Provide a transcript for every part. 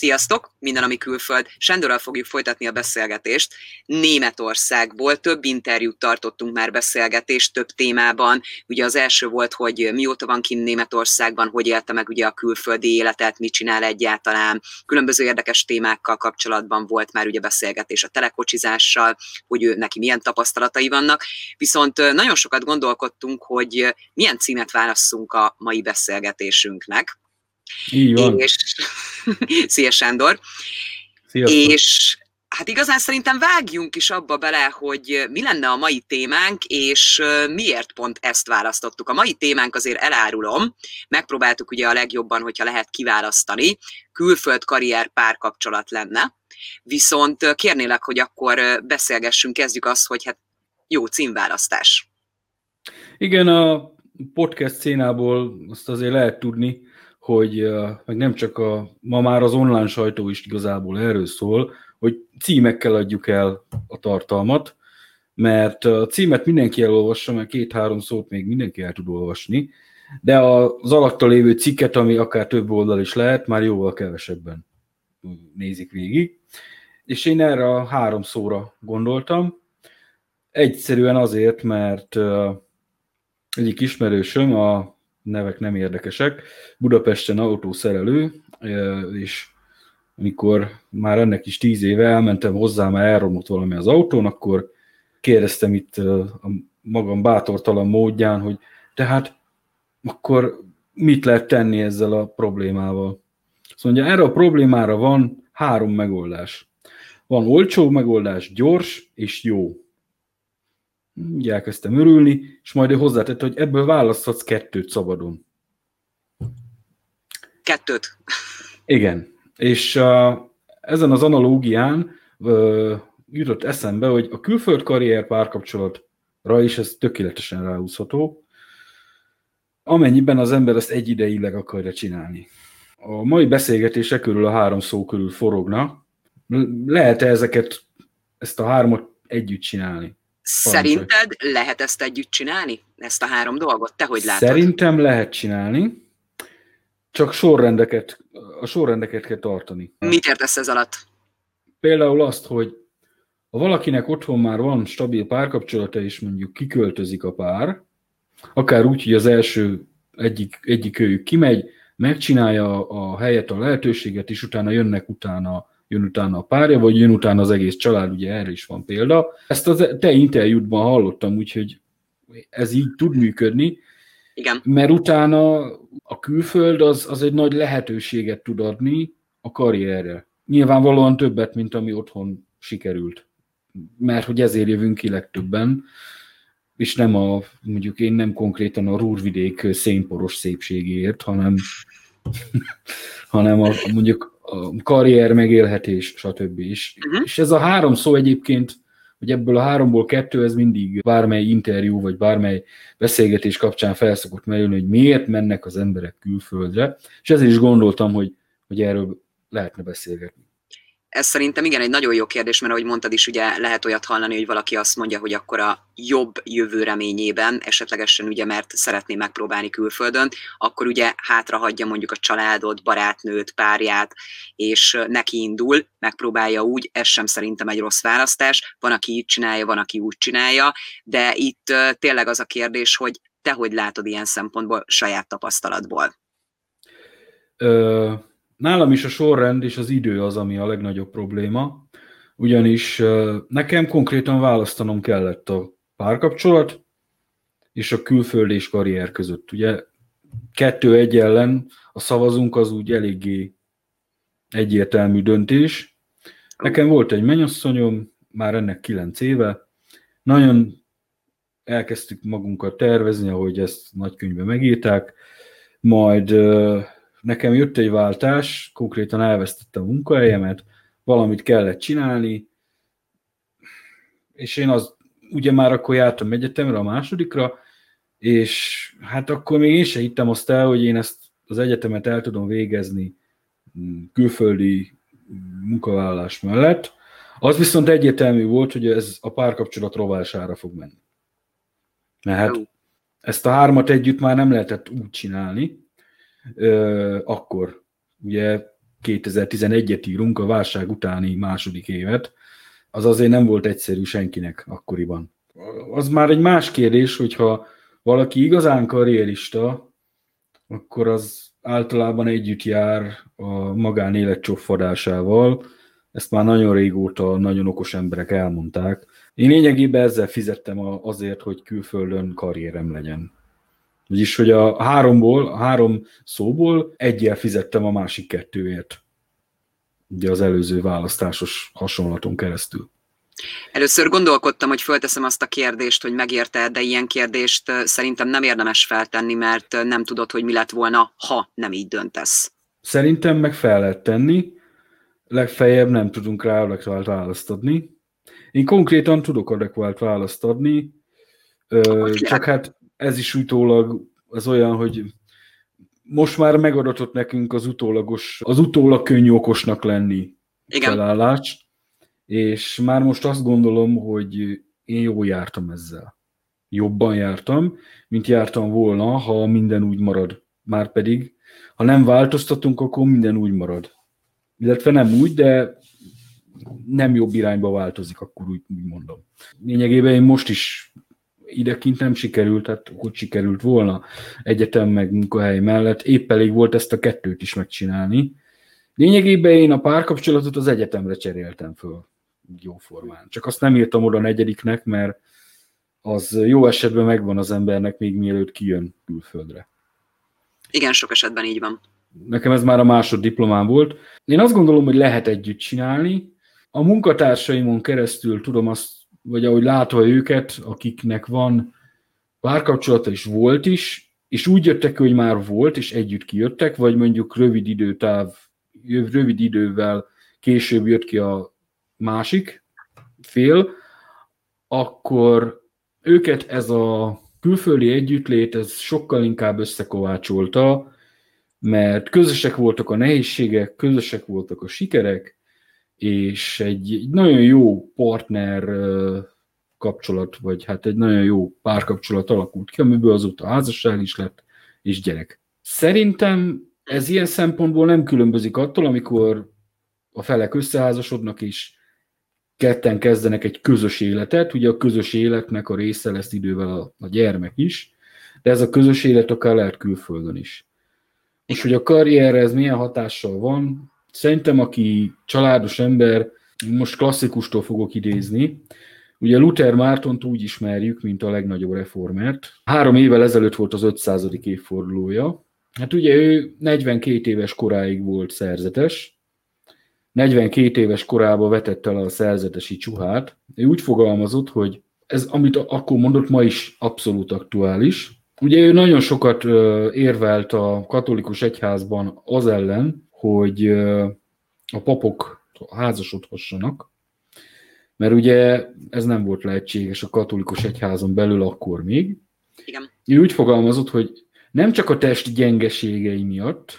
Sziasztok! Minden, ami külföld. Sándorral fogjuk folytatni a beszélgetést. Németországból több interjút tartottunk már, beszélgetést több témában. Ugye az első volt, hogy mióta van kint Németországban, hogy élte meg ugye a külföldi életet, mit csinál egyáltalán. Különböző érdekes témákkal kapcsolatban volt már ugye beszélgetés a telekocsizással, hogy neki milyen tapasztalatai vannak. Viszont nagyon sokat gondolkodtunk, hogy milyen címet válasszunk a mai beszélgetésünknek. Így van. És szia Sándor! Sziasztok. És hát igazán szerintem vágjunk is abba bele, hogy mi lenne a mai témánk, és miért pont ezt választottuk. A mai témánk, azért elárulom, megpróbáltuk ugye a legjobban, hogyha lehet kiválasztani, külföld, karrier, párkapcsolat lenne, viszont kérnélek, hogy akkor beszélgessünk, kezdjük azt, hogy hát jó címválasztás. Igen, a podcast szénából azt azért lehet tudni, hogy meg nem csak ma már az online sajtó is igazából erről szól, hogy címekkel adjuk el a tartalmat, mert a címet mindenki elolvassa, mert 2-3 szót még mindenki el tud olvasni, de az alatta lévő cikket, ami akár több oldal is lehet, már jóval kevesebben nézik végig. És én erre a 3 szóra gondoltam. Egyszerűen azért, mert egyik ismerősöm, a nevek nem érdekesek, Budapesten autószerelő, és amikor már ennek is 10 éve elmentem hozzá, már elromlott valami az autón, akkor kérdeztem itt a magam bátortalan módján, hogy tehát akkor mit lehet tenni ezzel a problémával. Azt mondja, erre a problémára van 3 megoldás. Van olcsó megoldás, gyors és jó. Így elkezdtem örülni, és majd ő hozzátette, hogy ebből választhatsz 2 szabadon. 2. Igen, és ezen az analógián jutott eszembe, hogy a külföld karrier párkapcsolatra is ez tökéletesen ráhúzható, amennyiben az ember ezt egyidejűleg akarja csinálni. A mai beszélgetése körül a 3 szó körül forogna. Lehet-e ezt a 3-at együtt csinálni? Szerinted lehet ezt együtt csinálni? Ezt a 3 dolgot? Te hogy látod? Szerintem lehet csinálni, csak a sorrendeket kell tartani. Mit értesz ez alatt? Például azt, hogy ha valakinek otthon már van stabil párkapcsolata, és mondjuk kiköltözik a pár, akár úgy, hogy az első egyik őjük kimegy, megcsinálja a helyet, a lehetőséget, és utána jön utána a párja, vagy jön utána az egész család, ugye erre is van példa. Ezt a te interjútban hallottam, úgyhogy ez így tud működni. Igen. Mert utána a külföld az egy nagy lehetőséget tud adni a karrierre. Nyilvánvalóan többet, mint ami otthon sikerült. Mert hogy ezért jövünk ki legtöbben, és mondjuk én nem konkrétan a Rúrvidék szénporos szépségéért, hanem mondjuk a karrier, megélhetés, stb. És ez a 3 szó egyébként, hogy ebből a 3-ból 2, ez mindig bármely interjú, vagy bármely beszélgetés kapcsán felszokott merülni, hogy miért mennek az emberek külföldre, és ezért is gondoltam, hogy erről lehetne beszélgetni. Ez szerintem igen egy nagyon jó kérdés, mert ahogy mondtad is, ugye lehet olyat hallani, hogy valaki azt mondja, hogy akkor a jobb jövő reményében, esetlegesen ugye mert szeretné megpróbálni külföldön, akkor ugye hátrahagyja mondjuk a családot, barátnőt, párját, és neki indul, megpróbálja úgy, ez sem szerintem egy rossz választás, van, aki így csinálja, van, aki úgy csinálja, de itt tényleg az a kérdés, hogy te hogy látod ilyen szempontból, saját tapasztalatból? Nálam is a sorrend és az idő az, ami a legnagyobb probléma, ugyanis nekem konkrétan választanom kellett a párkapcsolat és a külföld és karrier között. Ugye 2-1 ellen a szavazunk az úgy eléggé egyértelmű döntés. Nekem volt egy mennyasszonyom, már ennek 9 éve, nagyon elkezdtük magunkat tervezni, ahogy ezt nagykönyvben megírták, majd nekem jött egy váltás, konkrétan elvesztettem a munkahelyemet, valamit kellett csinálni, és én ugye már akkor jártam egyetemre, a másodikra, és hát akkor még én sem hittem azt el, hogy én ezt az egyetemet el tudom végezni külföldi munkavállalás mellett. Az viszont egyértelmű volt, hogy ez a párkapcsolat rovására fog menni. Mert hát ezt a 3-at együtt már nem lehetett úgy csinálni, akkor ugye 2011-et írunk, a válság utáni második évet, az azért nem volt egyszerű senkinek akkoriban. Az már egy más kérdés, hogyha valaki igazán karrierista, akkor az általában együtt jár a magánélet csofadásával. Ezt már nagyon régóta nagyon okos emberek elmondták. Én lényegében ezzel fizettem azért, hogy külföldön karrierem legyen. Vagyis, hogy a három szóból egyel fizettem a másik kettőért. Ugye az előző választásos hasonlaton keresztül. Először gondolkodtam, hogy fölteszem azt a kérdést, hogy megérte, de ilyen kérdést szerintem nem érdemes feltenni, mert nem tudod, hogy mi lett volna, ha nem így döntesz. Szerintem meg fel lehet tenni, legfeljebb nem tudunk rá adekvált választ adni. Én konkrétan tudok adekvált választ adni, csak hát ez is utólag az olyan, hogy most már megadatott nekünk az utólag könnyű okosnak lenni felállás, és már most azt gondolom, hogy én jól jártam ezzel. Jobban jártam, mint jártam volna, ha minden úgy marad. Márpedig, ha nem változtatunk, akkor minden úgy marad. Illetve nem úgy, de nem jobb irányba változik, akkor úgy mondom. Lényegében én most is idekint nem sikerült, hát hogy sikerült volna egyetem meg munkahely mellett, épp elég volt ezt a kettőt is megcsinálni. Lényegében én a párkapcsolatot az egyetemre cseréltem föl jó formán. Csak azt nem írtam oda negyediknek, mert az jó esetben megvan az embernek még mielőtt kijön külföldre. Igen, sok esetben így van. Nekem ez már a másoddiplomám volt. Én azt gondolom, hogy lehet együtt csinálni. A munkatársaimon keresztül tudom azt, vagy ahogy látva őket, akiknek van párkapcsolata is volt is, és úgy jöttek, hogy már volt, és együtt kijöttek, vagy mondjuk rövid idővel később jött ki a másik fél, akkor őket ez a külföldi együttlét, ez sokkal inkább összekovácsolta, mert közösek voltak a nehézségek, közösek voltak a sikerek, és egy nagyon jó partner kapcsolat, vagy hát egy nagyon jó párkapcsolat alakult ki, amiből azóta házasság is lett, és gyerek. Szerintem ez ilyen szempontból nem különbözik attól, amikor a felek összeházasodnak, és ketten kezdenek egy közös életet. Ugye a közös életnek a része lesz idővel a gyermek is, de ez a közös élet akár lehet külföldön is. És hogy a karrierre ez milyen hatással van, szerintem aki családos ember, most klasszikustól fogok idézni, ugye Luther Mártont úgy ismerjük, mint a legnagyobb reformert. 3 évvel ezelőtt volt az 500. évfordulója. Hát ugye ő 42 éves koráig volt szerzetes, 42 éves korában vetette el a szerzetesi csuhát. Ő úgy fogalmazott, hogy ez, amit akkor mondott, ma is abszolút aktuális. Ugye ő nagyon sokat érvelt a katolikus egyházban az ellen, hogy a papok házasodhassanak, mert ugye ez nem volt lehetséges a katolikus egyházon belül akkor még. Igen. Ő úgy fogalmazott, hogy nem csak a test gyengeségei miatt,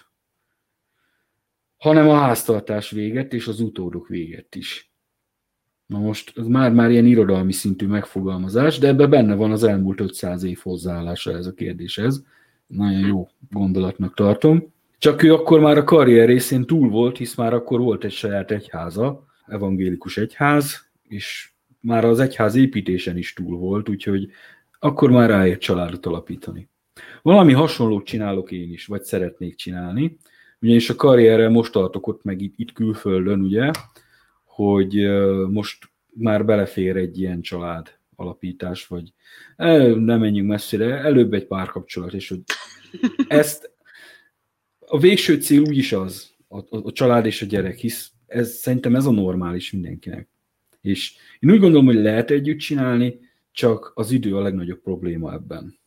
hanem a háztartás véget és az utódok véget is. Na most ez már ilyen irodalmi szintű megfogalmazás, de ebben benne van az elmúlt 500 év hozzáállása ez a kérdéshez. Nagyon jó gondolatnak tartom. Csak ő akkor már a karrier részén túl volt, hisz már akkor volt egy saját egyháza, evangélikus egyház, és már az egyház építésen is túl volt, úgyhogy akkor már ráért családot alapítani. Valami hasonlót csinálok én is, vagy szeretnék csinálni, ugyanis a karrierrel most tartok ott meg itt külföldön, ugye, hogy most már belefér egy ilyen család alapítás, vagy nem menjünk messzire, előbb egy párkapcsolat, és hogy ezt a végső cél úgyis az, a család és a gyerek, hisz szerintem ez a normális mindenkinek. És én úgy gondolom, hogy lehet együtt csinálni, csak az idő a legnagyobb probléma ebben.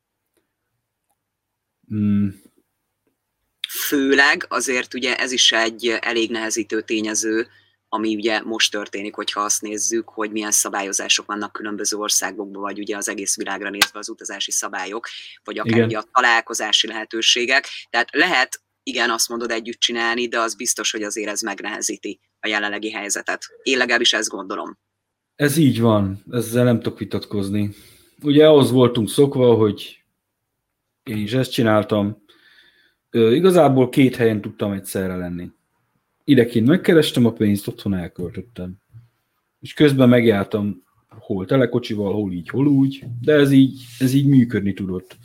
Főleg azért ugye ez is egy elég nehezítő tényező, ami ugye most történik, hogyha azt nézzük, hogy milyen szabályozások vannak különböző országokban, vagy ugye az egész világra nézve az utazási szabályok, vagy akár ugye a találkozási lehetőségek. Tehát lehet, igen, azt mondod együtt csinálni, de az biztos, hogy azért ez megnehezíti a jelenlegi helyzetet. Én legalábbis ezt gondolom. Ez így van, ezzel nem tudok vitatkozni. Ugye ahhoz voltunk szokva, hogy én is ezt csináltam. Igazából 2 helyen tudtam egyszerre lenni. idekint megkerestem a pénzt, otthon elköltöttem. És közben megjártam hol telekocsival, hol így, hol úgy, de ez így működni tudott.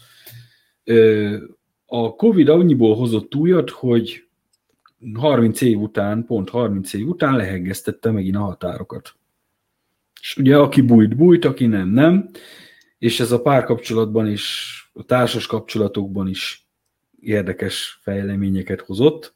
A Covid annyiból hozott újat, hogy 30 év után lehengesztette megint a határokat. És ugye aki bújt, aki nem. És ez a párkapcsolatban is, a társas kapcsolatokban is érdekes fejleményeket hozott,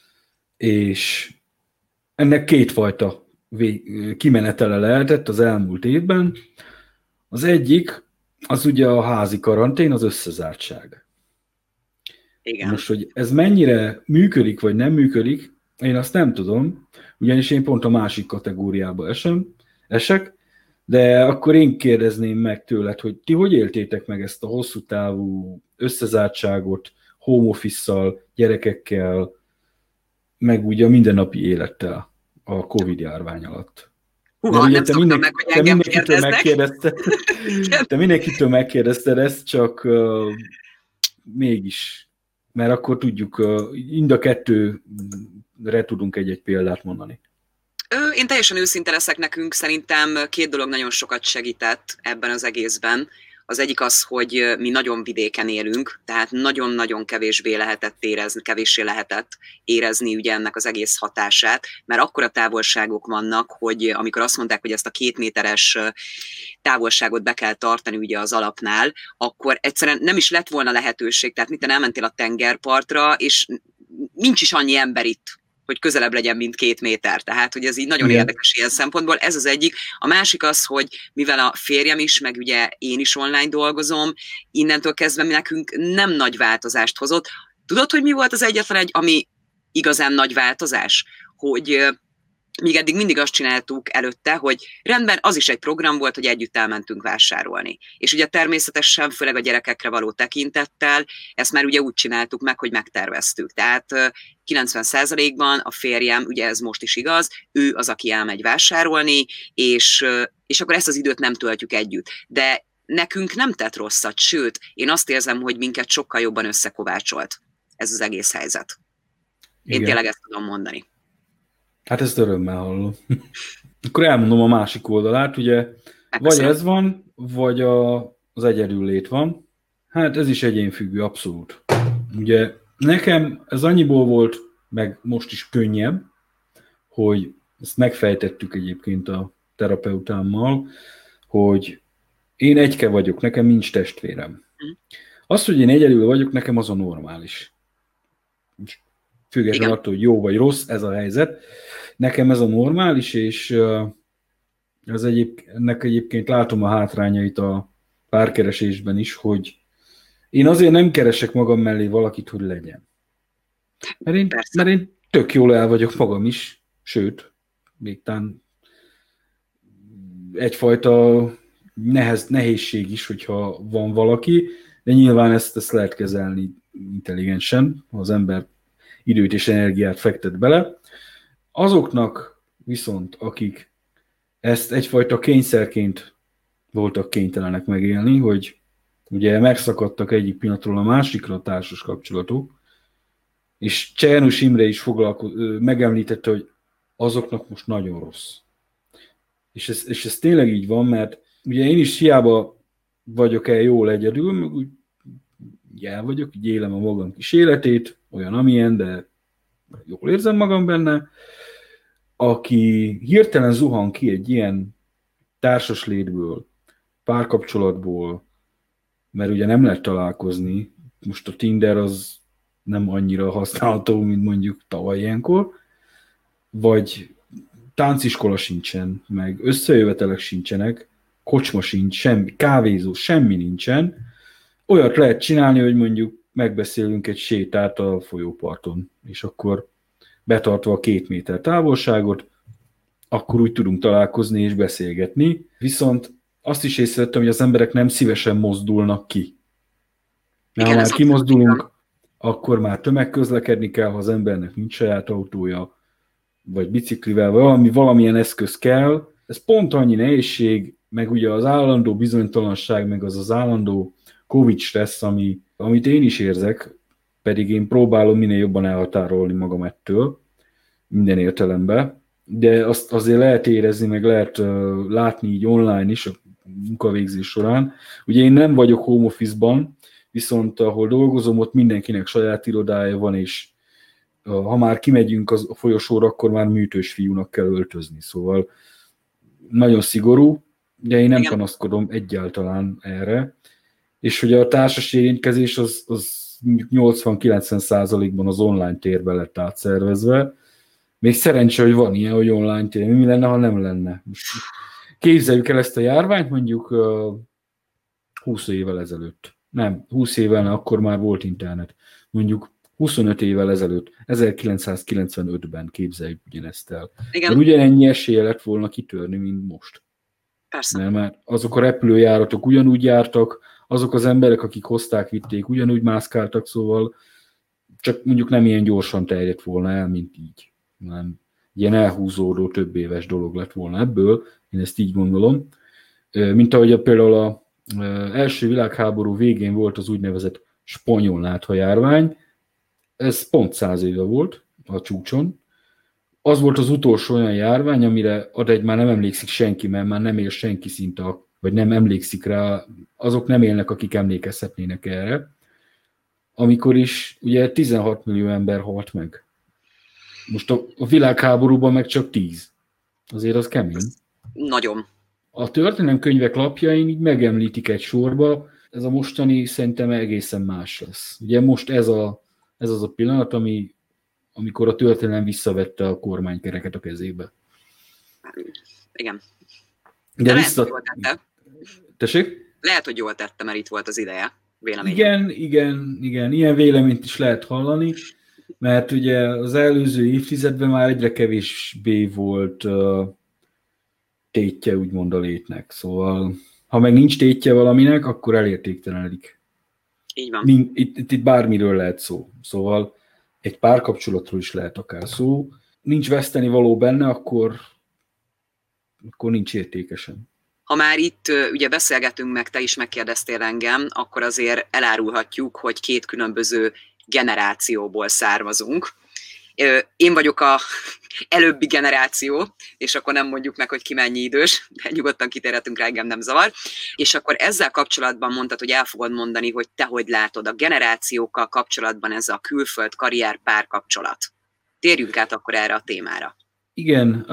és ennek kétfajta kimenetele lehetett az elmúlt évben. Az egyik, az ugye a házi karantén, az összezártság. Igen. Most, hogy ez mennyire működik, vagy nem működik, én azt nem tudom, ugyanis én pont a másik kategóriába esek, de akkor én kérdezném meg tőled, hogy ti hogy éltétek meg ezt a hosszú távú összezártságot, home office-szal, gyerekekkel, meg ugye a mindennapi élettel a Covid-járvány alatt. Húha, nem szoktam meg, hogy engem kérdeznek. Te mindenkitől megkérdezted ezt, csak mégis, mert akkor tudjuk, mind a kettőre tudunk egy-egy példát mondani. Én teljesen őszinte leszek, nekünk szerintem két dolog nagyon sokat segített ebben az egészben. Az egyik az, hogy mi nagyon vidéken élünk, tehát nagyon-nagyon kevéssé lehetett érezni ugye ennek az egész hatását, mert akkora távolságok vannak, hogy amikor azt mondták, hogy ezt a 2 méteres távolságot be kell tartani ugye az alapnál, akkor egyszerűen nem is lett volna lehetőség, tehát miten elmentél a tengerpartra, és nincs is annyi ember itt, hogy közelebb legyen, mint 2 méter. Tehát, hogy ez így nagyon érdekes ilyen szempontból. Ez az egyik. A másik az, hogy mivel a férjem is, meg ugye én is online dolgozom, innentől kezdve nekünk nem nagy változást hozott. Tudod, hogy mi volt az egyetlen egy, ami igazán nagy változás? Hogy míg eddig mindig azt csináltuk előtte, hogy rendben, az is egy program volt, hogy együtt elmentünk vásárolni. És ugye természetesen, főleg a gyerekekre való tekintettel, ezt már ugye úgy csináltuk meg, hogy megterveztük. Tehát 90%-ban a férjem, ugye ez most is igaz, ő az, aki elmegy vásárolni, és akkor ezt az időt nem töltjük együtt. De nekünk nem tett rosszat, sőt, én azt érzem, hogy minket sokkal jobban összekovácsolt ez az egész helyzet. Én tényleg ezt tudom mondani. Hát ezt örömmel hallom. Akkor elmondom a másik oldalát, ugye vagy ez van, vagy az egyedüllét van. Hát ez is egyénfüggő, abszolút. Ugye nekem ez annyiból volt, meg most is könnyebb, hogy ezt megfejtettük egyébként a terapeutámmal, hogy én egyke vagyok, nekem nincs testvérem. Az, hogy én egyedül vagyok, nekem az a normális. Függetlenül attól, hogy jó vagy rossz ez a helyzet. Nekem ez a normális, és ennek egyébként látom a hátrányait a párkeresésben is, hogy én azért nem keresek magam mellé valakit, hogy legyen. Mert én tök jól el vagyok magam is, sőt, még talán egyfajta nehézség is, hogyha van valaki, de nyilván ezt lehet kezelni intelligensen, ha az ember időt és energiát fektet bele. Azoknak viszont, akik ezt egyfajta kényszerként voltak kénytelenek megélni, hogy ugye megszakadtak egyik pillanatról a másikra a társas kapcsolatok, és Csernus Imre is megemlítette, hogy azoknak most nagyon rossz. És ez tényleg így van, mert ugye én is hiába vagyok el jól egyedül, meg úgy el vagyok, így élem a magam kis életét, olyan amilyen, de jól érzem magam benne. Aki hirtelen zuhan ki egy ilyen társas létből, párkapcsolatból, mert ugye nem lehet találkozni, most a Tinder az nem annyira használható, mint mondjuk tavaly ilyenkor, vagy tánciskola sincsen, meg összejövetelek sincsenek, kocsma sincs, semmi, kávézó, semmi nincsen. Olyat lehet csinálni, hogy mondjuk megbeszélünk egy sétát a folyóparton, és akkor betartva a 2 méter távolságot, akkor úgy tudunk találkozni és beszélgetni. Viszont azt is észrevettem, hogy az emberek nem szívesen mozdulnak ki. Mert ha már kimozdulunk, akkor már tömegközlekedni kell, ha az embernek nincs saját autója, vagy biciklivel, vagy valamilyen eszköz kell. Ez pont annyi nehézség, meg ugye az állandó bizonytalanság, meg az állandó Covid stressz, amit én is érzek, pedig én próbálom minél jobban elhatárolni magam ettől, minden értelemben, de azt azért lehet érezni, meg lehet látni így online is a munkavégzés során. Ugye én nem vagyok home office-ban, viszont ahol dolgozom, ott mindenkinek saját irodája van, és ha már kimegyünk a folyosóra, akkor már műtős fiúnak kell öltözni, szóval nagyon szigorú, de én nem panaszkodom egyáltalán erre. És hogy a társas érintkezés az 80-90%-ban az online térben lett átszervezve. Még szerencsé, hogy van ilyen, hogy online tér. Mi lenne, ha nem lenne? Most képzeljük el ezt a járványt mondjuk 20 évvel ezelőtt. Nem, 20 évvel, akkor már volt internet. Mondjuk 25 évvel ezelőtt, 1995-ben képzeljük ugyanezt el. Igen. Mert ugyanennyi esélye lett volna kitörni, mint most. Persze. Mert már azok a repülőjáratok ugyanúgy jártak, azok az emberek, akik hozták, vitték, ugyanúgy mászkáltak, szóval csak mondjuk nem ilyen gyorsan terjedt volna el, mint így. Nem ilyen elhúzódó több éves dolog lett volna ebből, én ezt így gondolom. Mint ahogy például az első világháború végén volt az úgynevezett spanyol náthajárvány, ez pont 100 éve volt a csúcson. Az volt az utolsó olyan járvány, amire addig már nem emlékszik senki, mert már nem él senki szinte, vagy nem emlékszik rá, azok nem élnek, akik emlékezhetnének erre. Amikor is ugye 16 millió ember halt meg. Most a világháborúban meg csak 10. Azért az kemény. Nagyon. A történelemkönyvek lapjain így megemlítik egy sorba, ez a mostani szerintem egészen más lesz. Ugye most ez az a pillanat, amikor a történelem visszavette a kormánykereket a kezébe. Igen. De lehet, hogy jól tette. Tessék? Lehet, hogy jól tette, mert itt volt az ideje, véleményem. Igen. Ilyen véleményt is lehet hallani, mert ugye az előző évtizedben már egyre kevésbé volt tétje, úgymond a létnek. Szóval, ha meg nincs tétje valaminek, akkor elértéktelenedik. Így van. Itt bármiről lehet szó. Szóval egy párkapcsolatról is lehet akár szó. Nincs veszteni való benne, akkor nincs értékesen. Ha már itt ugye beszélgetünk meg, te is megkérdeztél engem, akkor azért elárulhatjuk, hogy két különböző generációból származunk. Én vagyok a előbbi generáció, és akkor nem mondjuk meg, hogy ki mennyi idős, de nyugodtan kitérhetünk rá, engem nem zavar. És akkor ezzel kapcsolatban mondtad, hogy el fogod mondani, hogy te hogy látod a generációkkal kapcsolatban ez a külföld karrier párkapcsolat. Térjünk át akkor erre a témára. Igen,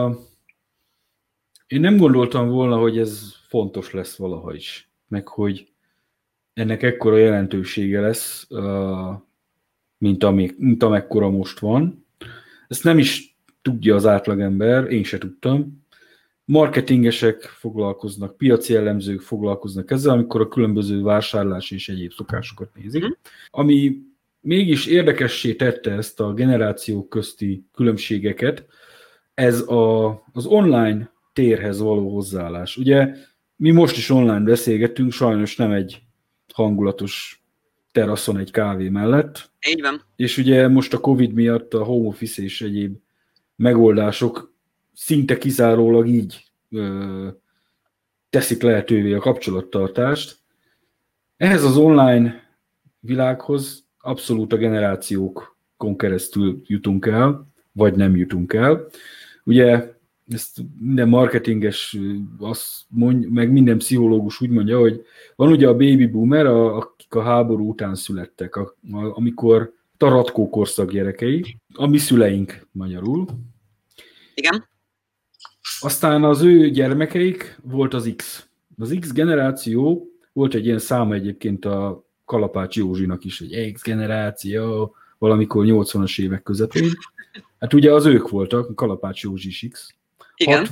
én nem gondoltam volna, hogy ez fontos lesz valaha is, meg hogy ennek ekkora jelentősége lesz, mint amekkora most van. Ezt nem is tudja az átlagember, én se tudtam. Marketingesek foglalkoznak, piaci elemzők foglalkoznak ezzel, amikor a különböző vásárlás és egyéb szokásokat nézik. Ami mégis érdekessé tette ezt a generációk közti különbségeket, ez az online térhez való hozzáállás. Ugye mi most is online beszélgetünk, sajnos nem egy hangulatos teraszon egy kávé mellett. Így van. És ugye most a Covid miatt a home office és egyéb megoldások szinte kizárólag így teszik lehetővé a kapcsolattartást. Ehhez az online világhoz abszolút a generációkon keresztül jutunk el, vagy nem jutunk el. Ugye ezt minden marketinges meg minden pszichológus úgy mondja, hogy van ugye a baby boomer, akik a háború után születtek, amikor a ratkó korszak gyerekei, a mi szüleink magyarul. Igen. Aztán az ő gyermekeik volt az X. Az X generáció, volt egy ilyen száma egyébként a Kalapács Józsinak is, egy X generáció, valamikor 80-as évek közepén. Hát ugye az ők voltak, a Kalapács Józsi is X. Igen.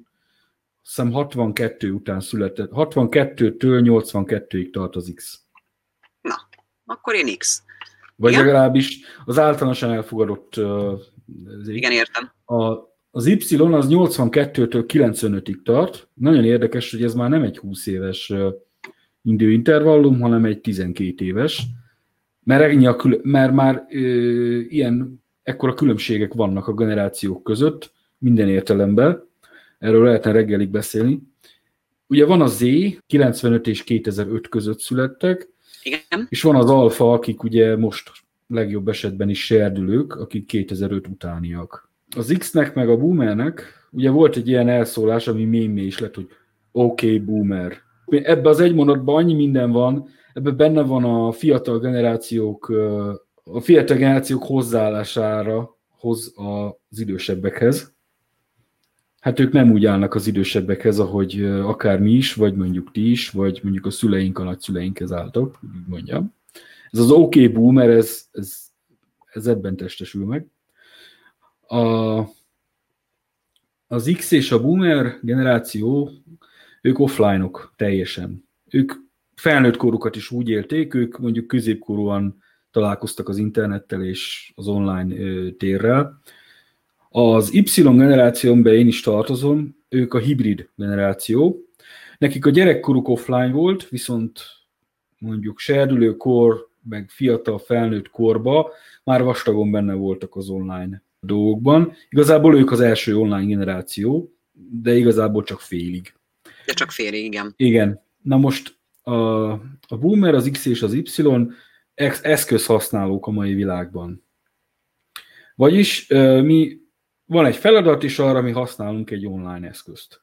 62 után született, 62-től 82-ig tart az X. Na, akkor én X. Vagy igen? Legalábbis az általánosan elfogadott... Igen, értem. Az Y az 82-től 95-ig tart. Nagyon érdekes, hogy ez már nem egy 20 éves időintervallum, hanem egy 12 éves. Mert már ekkora különbségek vannak a generációk között, minden értelemben. Erről lehetne reggelig beszélni. Ugye van a Z, 95 és 2005 között születtek, igen. És van az alfa, akik ugye most legjobb esetben is serdülők, akik 2005 utániak. az X-nek meg a Boomernek ugye volt egy ilyen elszólás, ami mémé is lett, hogy OK, Boomer. Ebben az egy mondatban annyi minden van, ebben benne van a fiatal generációk hozzáállására hoz az idősebbekhez. Hát ők nem úgy állnak az idősebbekhez, ahogy akár mi is, vagy mondjuk ti is, vagy mondjuk a szüleink, a nagyszüleinkhez álltak, úgy mondjam. Ez az OK Boomer, ez ebben testesül meg. Az X és a Boomer generáció, ők offline-ok teljesen. Ők felnőtt korukat is úgy élték, ők mondjuk középkorúan találkoztak az internettel és az online térrel. Az Y generációmban én is tartozom, ők a hibrid generáció. Nekik a gyerekkoruk offline volt, viszont mondjuk serdülőkor, meg fiatal felnőtt korba már vastagon benne voltak az online dolgokban. Igazából ők az első online generáció, de igazából csak félig. De csak félig, igen. Igen. Na most a Boomer, az X és az Y eszközhasználók a mai világban. Vagyis van egy feladat, és arra mi használunk egy online eszközt.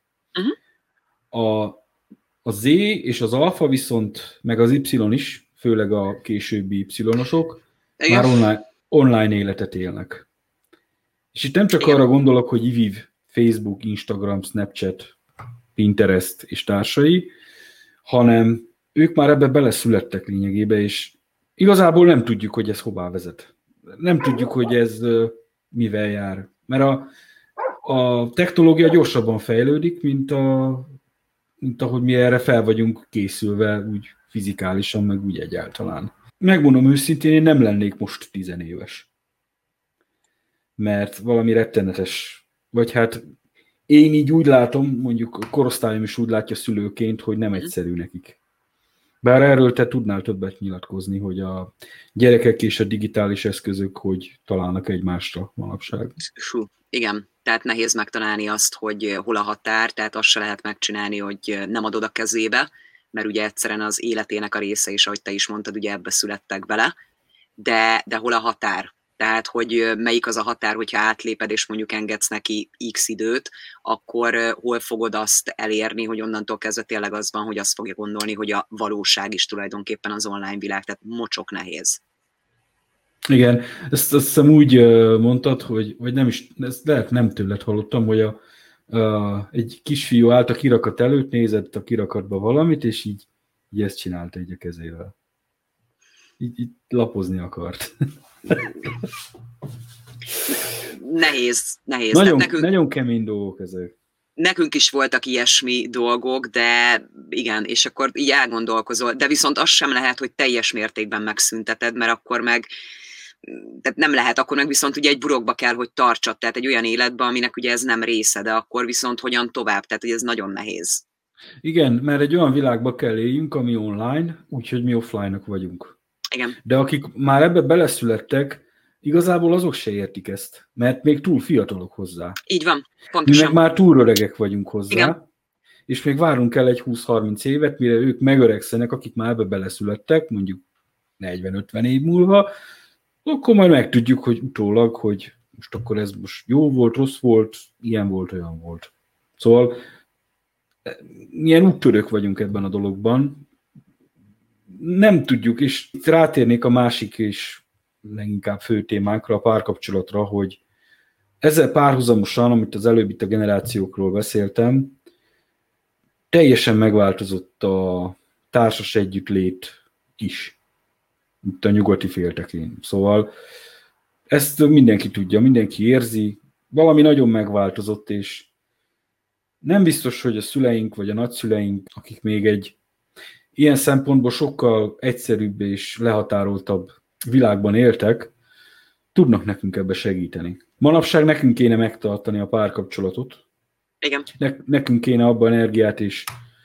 A Z és az alfa viszont, meg az Y is, főleg a későbbi Y-osok, már online életet élnek. És itt nem csak arra gondolok, hogy IVIV, Facebook, Instagram, Snapchat, Pinterest és társai, hanem ők már ebbe beleszülettek lényegébe, és igazából nem tudjuk, hogy ez hová vezet. Nem tudjuk, hogy ez mivel jár. Mert a technológia gyorsabban fejlődik, mint ahogy mi erre fel vagyunk készülve, úgy fizikálisan, meg úgy egyáltalán. Megmondom őszintén, én nem lennék most 10 éves. Mert valami rettenetes. Vagy hát én így úgy látom, mondjuk a korosztályom is úgy látja szülőként, hogy nem egyszerű nekik. Bár erről te tudnál többet nyilatkozni, hogy a gyerekek és a digitális eszközök hogy találnak egymásra manapság. Igen, tehát nehéz megtalálni azt, hogy hol a határ, tehát azt se lehet megcsinálni, hogy nem adod a kezébe, mert ugye egyszerűen az életének a része is, ahogy te is mondtad, ugye ebbe születtek bele, de hol a határ? Tehát, hogy melyik az a határ, hogyha átléped, és mondjuk engedsz neki X időt, akkor hol fogod azt elérni, hogy onnantól kezdve tényleg az van, hogy azt fogja gondolni, hogy a valóság is tulajdonképpen az online világ, tehát mocsok nehéz. Igen, ezt azt hiszem úgy mondtad, hogy, vagy nem is, ezt lehet nem tőled hallottam, hogy egy kisfiú állt a kirakat előtt, nézett a kirakatba valamit, és így ezt csinálta így a kezével. Így lapozni akart. Nehéz. Nagyon kemény dolgok ezek. Nekünk is voltak ilyesmi dolgok, de igen, és akkor így elgondolkozol, de viszont az sem lehet, hogy teljes mértékben megszünteted, mert akkor meg tehát nem lehet, akkor meg viszont ugye egy burokba kell, hogy tartsad, tehát egy olyan életben, aminek ugye ez nem része, de akkor viszont hogyan tovább, tehát hogy ez nagyon nehéz. Igen, mert egy olyan világba kell éljünk, ami online, úgyhogy mi offline-ok vagyunk. Igen. De akik már ebbe beleszülettek, igazából azok se értik ezt, mert még túl fiatalok hozzá. Így van, pontosan. Mi meg már túl öregek vagyunk hozzá, igen. És még várunk el egy 20-30 évet, mire ők megöregszenek, akik már ebbe beleszülettek, mondjuk 40-50 év múlva, akkor majd megtudjuk, hogy utólag, hogy most akkor ez most jó volt, rossz volt, ilyen volt, olyan volt. Szóval milyen úttörők vagyunk ebben a dologban. Nem tudjuk, és rátérnék a másik és leginkább fő témánkra, a párkapcsolatra, hogy ezzel párhuzamosan, amit az előbb itt a generációkról beszéltem, teljesen megváltozott a társas együttlét is, itt a nyugati féltekén. Szóval ezt mindenki tudja, mindenki érzi, valami nagyon megváltozott, és nem biztos, hogy a szüleink vagy a nagyszüleink, akik még egy ilyen szempontból sokkal egyszerűbb és lehatároltabb világban éltek, tudnak nekünk ebbe segíteni. Manapság nekünk kéne megtartani a párkapcsolatot. Igen. Nekünk kéne abban energiát és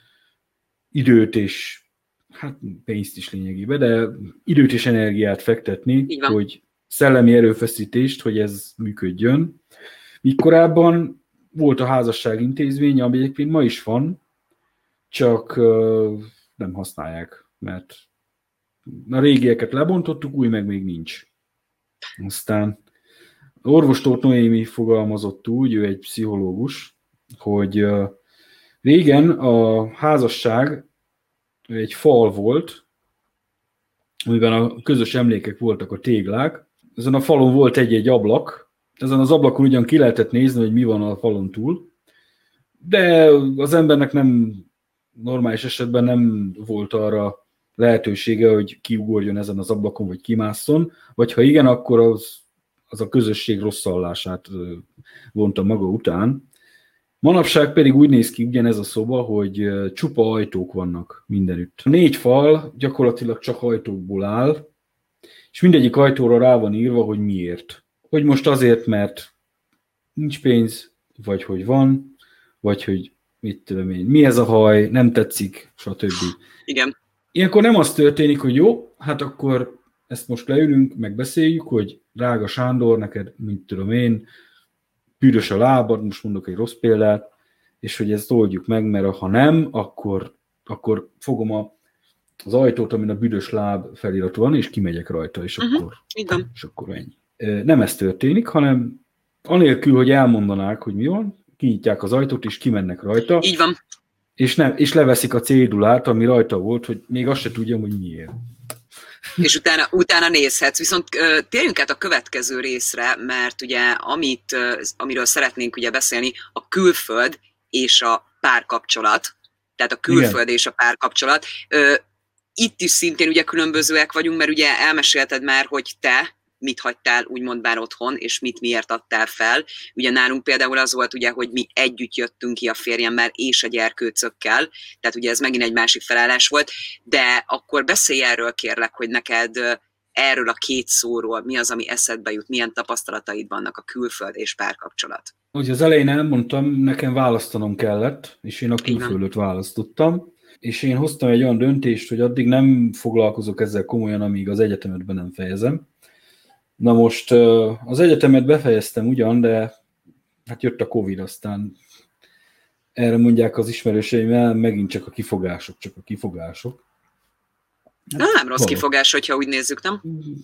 időt és hát pénzt is lényegében, de időt és energiát fektetni, hogy szellemi erőfeszítést, hogy ez működjön. Míg korábban volt a házasság intézménye, ami egyébként ma is van, csak nem használják, mert a régieket lebontottuk, új meg még nincs. Aztán Orvos Tóth Noémi fogalmazott úgy, ő egy pszichológus, hogy régen a házasság egy fal volt, amiben a közös emlékek voltak, a téglák. Ezen a falon volt egy-egy ablak, ezen az ablakon ugyan ki lehetett nézni, hogy mi van a falon túl, de az embernek nem, normális esetben nem volt arra lehetősége, hogy kiugorjon ezen az ablakon, vagy kimásszon, vagy ha igen, akkor az a közösség rosszallását vonta maga után. Manapság pedig úgy néz ki ugyanez a szoba, hogy csupa ajtók vannak mindenütt. 4 fal gyakorlatilag csak ajtókból áll, és mindegyik ajtóra rá van írva, hogy miért. Hogy most azért, mert nincs pénz, vagy hogy van, vagy hogy mit tudom én, mi ez a haj, nem tetszik, stb. Igen. Ilyenkor nem az történik, hogy jó, hát akkor ezt most leülünk, megbeszéljük, hogy drága Sándor, neked, mint tudom én, büdös a lábad, most mondok egy rossz példát, és hogy ezt oldjuk meg, mert ha nem, akkor fogom az ajtót, amin a büdös láb felirat van, és kimegyek rajta, és akkor ennyi. Nem ez történik, hanem anélkül, hogy elmondanák, hogy mi van, kinyitják az ajtót, és kimennek rajta. Így van. És leveszik a cédulát, ami rajta volt, hogy még azt se tudjam, hogy miért. És utána nézhetsz. Viszont térjünk át a következő részre, mert ugye amiről szeretnénk ugye beszélni, a külföld és a párkapcsolat. Tehát a külföld és a párkapcsolat. Itt is szintén ugye különbözőek vagyunk, mert ugye elmesélted már, hogy te mit hagytál úgymond bár otthon, és miért adtál fel. Ugye nálunk például az volt ugye, hogy mi együtt jöttünk ki a férjemmel és a gyerkőcökkel, tehát ugye ez megint egy másik felállás volt, de akkor beszélj erről kérlek, hogy neked erről a 2 szóról mi az, ami eszedbe jut, milyen tapasztalataid vannak a külföld és párkapcsolat. Ugye az elején elmondtam, nekem választanom kellett, és én a külföldet választottam, és én hoztam egy olyan döntést, hogy addig nem foglalkozok ezzel komolyan, amíg az egyetemet be nem fejezem. Na most az egyetemet befejeztem ugyan, de hát jött a Covid, aztán erre mondják az ismerőseim, megint csak a kifogások. Nem rossz kifogás, hogyha úgy nézzük, nem?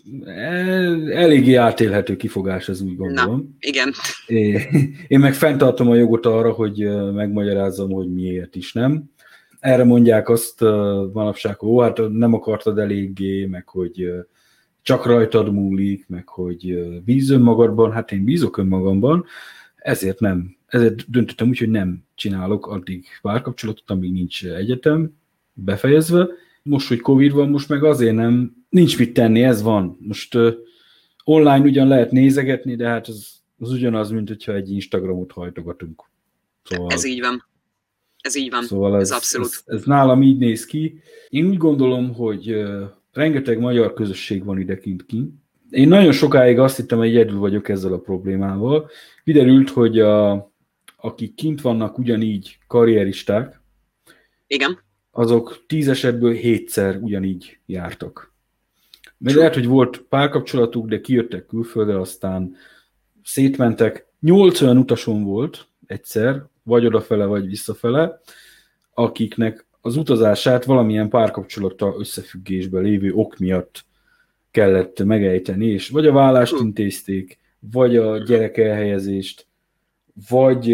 Eléggé átélhető kifogás, ez úgy gondolom. Na, igen. Én meg fenntartom a jogot arra, hogy megmagyarázzam, hogy miért is nem. Erre mondják azt manapság, hogy hát nem akartad eléggé, meg hogy csak rajtad múlik, meg hogy bízz önmagadban, hát én bízok önmagamban, ezért döntöttem úgy, hogy nem csinálok addig párkapcsolatot, amíg nincs egyetem befejezve. Most, hogy Covid van, most meg azért nincs mit tenni, ez van. Most online ugyan lehet nézegetni, de hát az ugyanaz, mint hogyha egy Instagramot hajtogatunk. Szóval, ez így van. Szóval ez abszolút. Ez nálam így néz ki. Én úgy gondolom, hogy rengeteg magyar közösség van idekint kint. Én nagyon sokáig azt hittem, hogy egyedül vagyok ezzel a problémával. Kiderült, hogy akik kint vannak ugyanígy karrieristák, igen, azok 10 esetből 7-szer ugyanígy jártak. Mert lehet, hogy volt párkapcsolatuk, de kijöttek külföldre, aztán szétmentek. 8 olyan utason volt egyszer, vagy odafele, vagy visszafele, akiknek az utazását valamilyen párkapcsolattal összefüggésben lévő ok miatt kellett megejteni, és vagy a vállást intézték, vagy a gyerek elhelyezést, vagy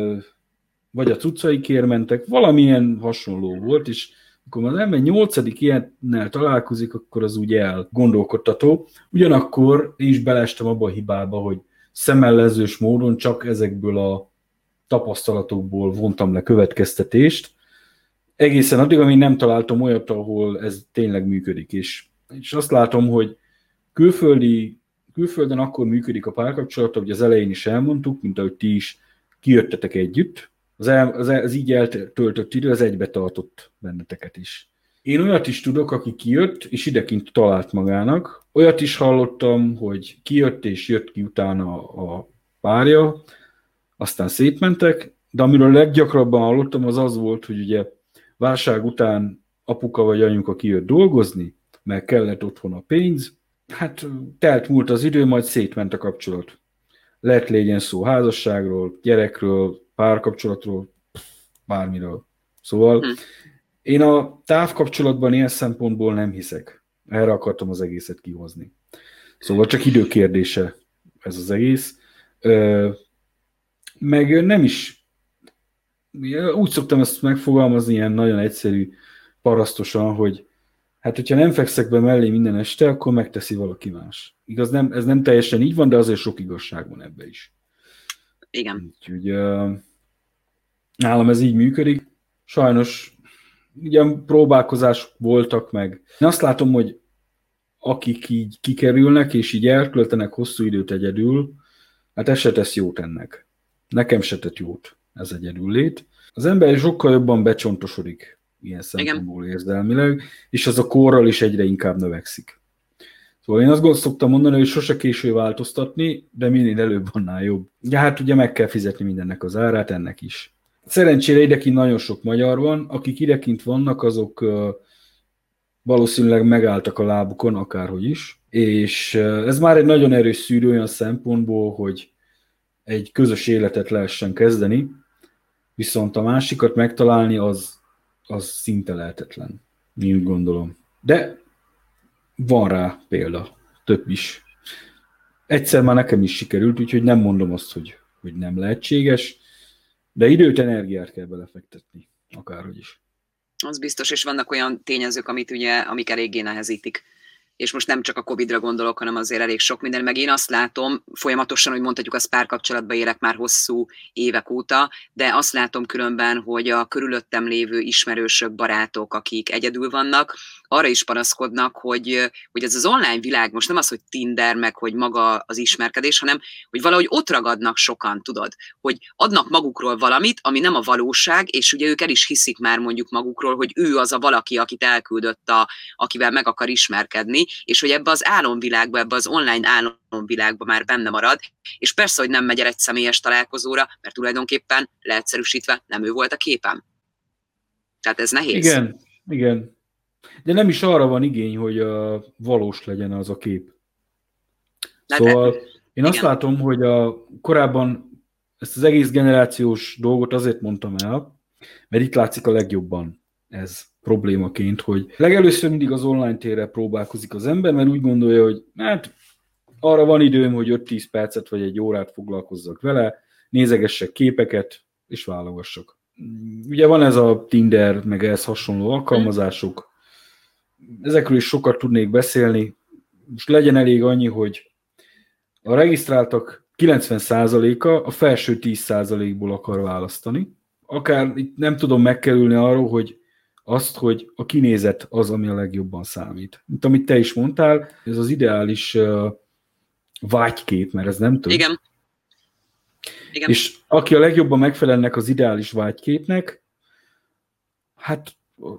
a cuccaikért mentek, valamilyen hasonló volt, és amikor az ember 8. ilyennel találkozik, akkor az úgy elgondolkodtató. Ugyanakkor én is beleestem abba a hibába, hogy szemellenzős módon csak ezekből a tapasztalatokból vontam le következtetést, egészen addig, amíg nem találtam olyat, ahol ez tényleg működik. És azt látom, hogy külföldön akkor működik a párkapcsolat, hogy az elején is elmondtuk, mint ahogy ti is kijöttetek együtt, az így eltöltött idő, az egybe tartott benneteket is. Én olyat is tudok, aki kijött, és idekint talált magának. Olyat is hallottam, hogy kijött, és jött ki utána a párja, aztán szétmentek, de amiről leggyakrabban hallottam, az volt, hogy ugye válság után apuka vagy anyuka kijött dolgozni, mert kellett otthon a pénz, hát telt múlt az idő, majd szétment a kapcsolat. Lehet legyen szó házasságról, gyerekről, párkapcsolatról, bármiről. Szóval én a távkapcsolatban ilyen szempontból nem hiszek. Erre akartam az egészet kihozni. Szóval csak időkérdése. ez az egész. Meg nem is, úgy szoktam ezt megfogalmazni ilyen nagyon egyszerű parasztosan, hogy hát, hogyha nem fekszek be mellé minden este, akkor megteszi valaki más. Igaz, ez nem teljesen így van, de azért sok igazság van ebbe is. Igen. Úgyhogy nálam ez így működik. Sajnos ugyan próbálkozások voltak meg. Én azt látom, hogy akik így kikerülnek, és így elköltenek hosszú időt egyedül, hát ez se tesz jót ennek. Nekem se tett jót ez egyedüllét. Az ember sokkal jobban becsontosodik ilyen szempontból érzelmileg, és az a korral is egyre inkább növekszik. Szóval én azt szoktam mondani, hogy sose késő változtatni, de minél előbb annál jobb. Ja, hát ugye meg kell fizetni mindennek az árát, ennek is. Szerencsére idekint nagyon sok magyar van, akik idekint vannak, azok valószínűleg megálltak a lábukon, akárhogy is, és ez már egy nagyon erős szűrő olyan szempontból, hogy egy közös életet lehessen kezdeni, viszont a másikat megtalálni az szinte lehetetlen, én úgy gondolom. De van rá példa, több is. Egyszer már nekem is sikerült, úgyhogy nem mondom azt, hogy nem lehetséges, de időt, energiát kell belefektetni, akárhogy is. Az biztos, és vannak olyan tényezők, amik eléggé nehezítik. És most nem csak a Covid-ra gondolok, hanem azért elég sok minden. Meg én azt látom folyamatosan, hogy mondhatjuk, az párkapcsolatban élek már hosszú évek óta, de azt látom különben, hogy a körülöttem lévő ismerősök, barátok, akik egyedül vannak, arra is panaszkodnak, hogy ez az online világ most nem az, hogy Tinder, meg hogy maga az ismerkedés, hanem hogy valahogy ott ragadnak sokan, tudod, hogy adnak magukról valamit, ami nem a valóság, és ugye ők el is hiszik már mondjuk magukról, hogy ő az a valaki, akit elküldött, akivel meg akar ismerkedni, és hogy ebbe az álomvilágba, ebbe az online álomvilágba már benne marad, és persze, hogy nem megy el egy személyes találkozóra, mert tulajdonképpen leegyszerűsítve nem ő volt a képem. Tehát ez nehéz. Igen. De nem is arra van igény, hogy valós legyen az a kép. Szóval én azt látom, hogy korábban ezt az egész generációs dolgot azért mondtam el, mert itt látszik a legjobban ez problémaként, hogy legelőször mindig az online térre próbálkozik az ember, mert úgy gondolja, hogy hát arra van időm, hogy 5-10 percet vagy egy órát foglalkozzak vele, nézegessek képeket, és válogassak. Ugye van ez a Tinder, meg ehhez hasonló alkalmazások, ezekről is sokat tudnék beszélni. Most legyen elég annyi, hogy a regisztráltak 90%-a a felső 10%-ból akar választani. Akár itt nem tudom megkerülni arról, hogy hogy a kinézet az, ami a legjobban számít. Mint amit te is mondtál, ez az ideális vágykép, mert ez nem több. Igen. És aki a legjobban megfelelnek az ideális vágyképnek, hát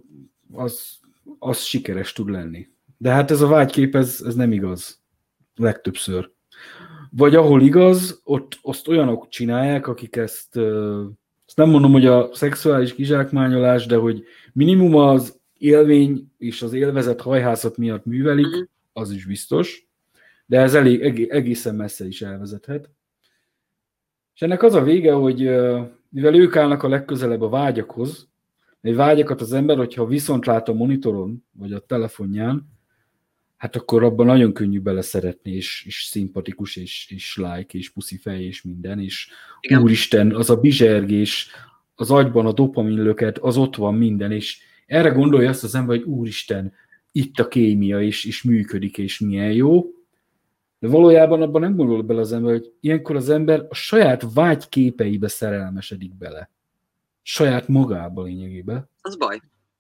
az sikeres tud lenni. De hát ez a vágykép, ez nem igaz. Legtöbbször. Vagy ahol igaz, ott azt olyanok csinálják, akik ezt nem mondom, hogy a szexuális kizsákmányolás, de hogy minimum az élmény és az élvezet hajhászat miatt művelik, az is biztos, de ez egészen messze is elvezethet. És ennek az a vége, hogy mivel ők állnak a legközelebb a vágyakhoz, egy vágyakat az ember, hogyha viszont lát a monitoron, vagy a telefonján, hát akkor abban nagyon könnyű beleszeretni, és szimpatikus, és like, és puszifej, és minden, és igen. Úristen, az a bizsergés, az agyban a dopaminlöket, az ott van minden, és erre gondolja azt az ember, hogy úristen, itt a kémia, és működik, és milyen jó, de valójában abban nem gondol bele az ember, hogy ilyenkor az ember a saját vágyképeibe szerelmesedik bele. Saját magába lényegében. Az baj.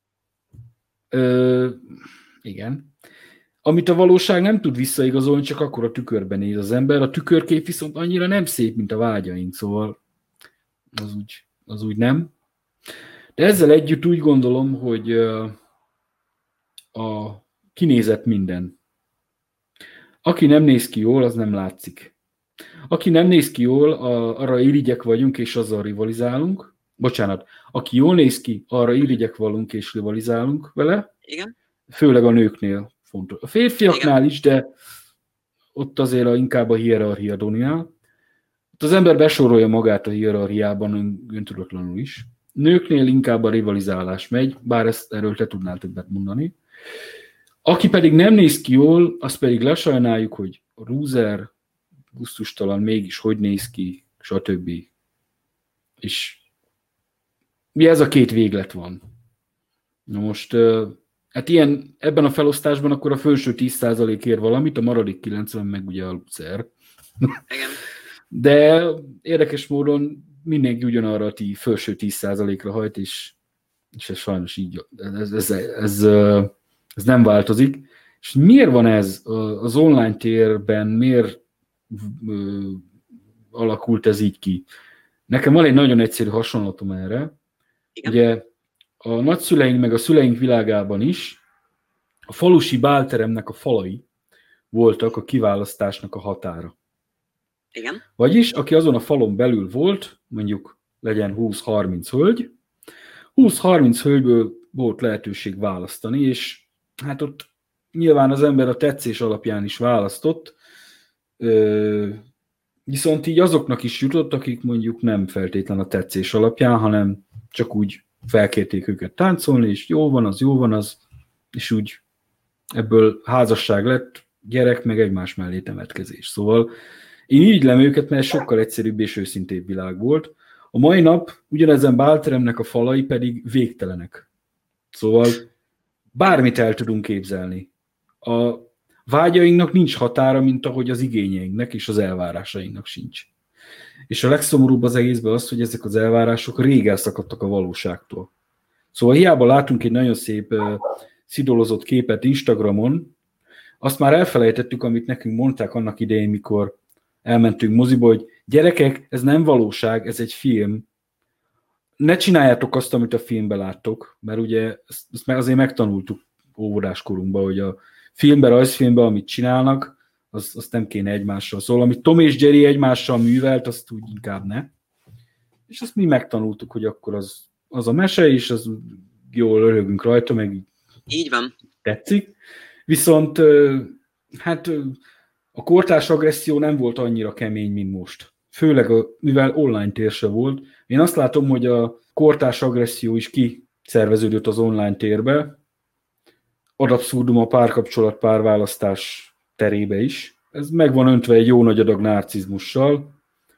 Igen. Amit a valóság nem tud visszaigazolni, csak akkor a tükörben néz az ember. A tükörkép viszont annyira nem szép, mint a vágyaink, szóval az úgy nem. De ezzel együtt úgy gondolom, hogy a kinézet minden. Aki nem néz ki jól, az nem látszik. Aki nem néz ki jól, arra irigyek vagyunk, és azzal rivalizálunk. Bocsánat, aki jól néz ki, arra irigyek vagyunk, és rivalizálunk vele. Igen. Főleg a nőknél fontos. A férfiaknál is, de ott azért inkább a hierarchia dominál. Ott az ember besorolja magát a hierarchiában öntudatlanul is. Nőknél inkább a rivalizálás megy, bár erről te tudnál többet mondani. Aki pedig nem néz ki jól, azt pedig lesajnáljuk, hogy loser, gusztustalan, mégis hogy néz ki, stb. És ugye ez a két véglet van. Na most, hát ilyen, ebben a felosztásban akkor a felső 10% ér valamit, a maradék 90 meg ugye a lucer. Igen. De érdekes módon mindenki ugyanarra a felső 10%-ra hajt, és ez sajnos így, ez nem változik. És miért van ez az online térben, miért alakult ez így ki? Nekem van egy nagyon egyszerű hasonlatom erre. Igen. Ugye a nagyszüleink meg a szüleink világában is a falusi bálteremnek a falai voltak a kiválasztásnak a határa. Igen. Vagyis, aki azon a falon belül volt, mondjuk legyen 20-30 hölgy, 20-30 hölgyből volt lehetőség választani, és hát ott nyilván az ember a tetszés alapján is választott, viszont így azoknak is jutott, akik mondjuk nem feltétlen a tetszés alapján, hanem csak úgy felkérték őket táncolni, és jó van az, és úgy ebből házasság lett, gyerek, meg egymás mellé temetkezés. Szóval én így írlem őket, mert sokkal egyszerűbb és őszintébb világ volt. A mai nap ugyanezen bálteremnek a falai pedig végtelenek. Szóval bármit el tudunk képzelni. A vágyainknak nincs határa, mint ahogy az igényeinknek és az elvárásainknak sincs. És a legszomorúbb az egészben az, hogy ezek az elvárások rég elszakadtak a valóságtól. Szóval hiába látunk egy nagyon szép szidolozott képet Instagramon, azt már elfelejtettük, amit nekünk mondták annak idején, mikor elmentünk moziba, hogy gyerekek, ez nem valóság, ez egy film. Ne csináljátok azt, amit a filmben láttok, mert ugye ezt azért megtanultuk óvodáskorunkban, hogy a filmben, rajzfilmben, amit csinálnak, azt nem kéne egymással. Szóval, amit Tom és Jerry egymással művelt, azt úgy inkább ne. És azt mi megtanultuk, hogy akkor az a mese, és az jól örögünk rajta, meg így van. Tetszik. Viszont hát a kortárs agresszió nem volt annyira kemény, mint most. Főleg, mivel online tér se volt. Én azt látom, hogy a kortárs agresszió is kiszerveződött az online térbe, ad abszurdum a párkapcsolat, párválasztás terébe is. Ez meg van öntve egy jó nagy adag narcizmussal,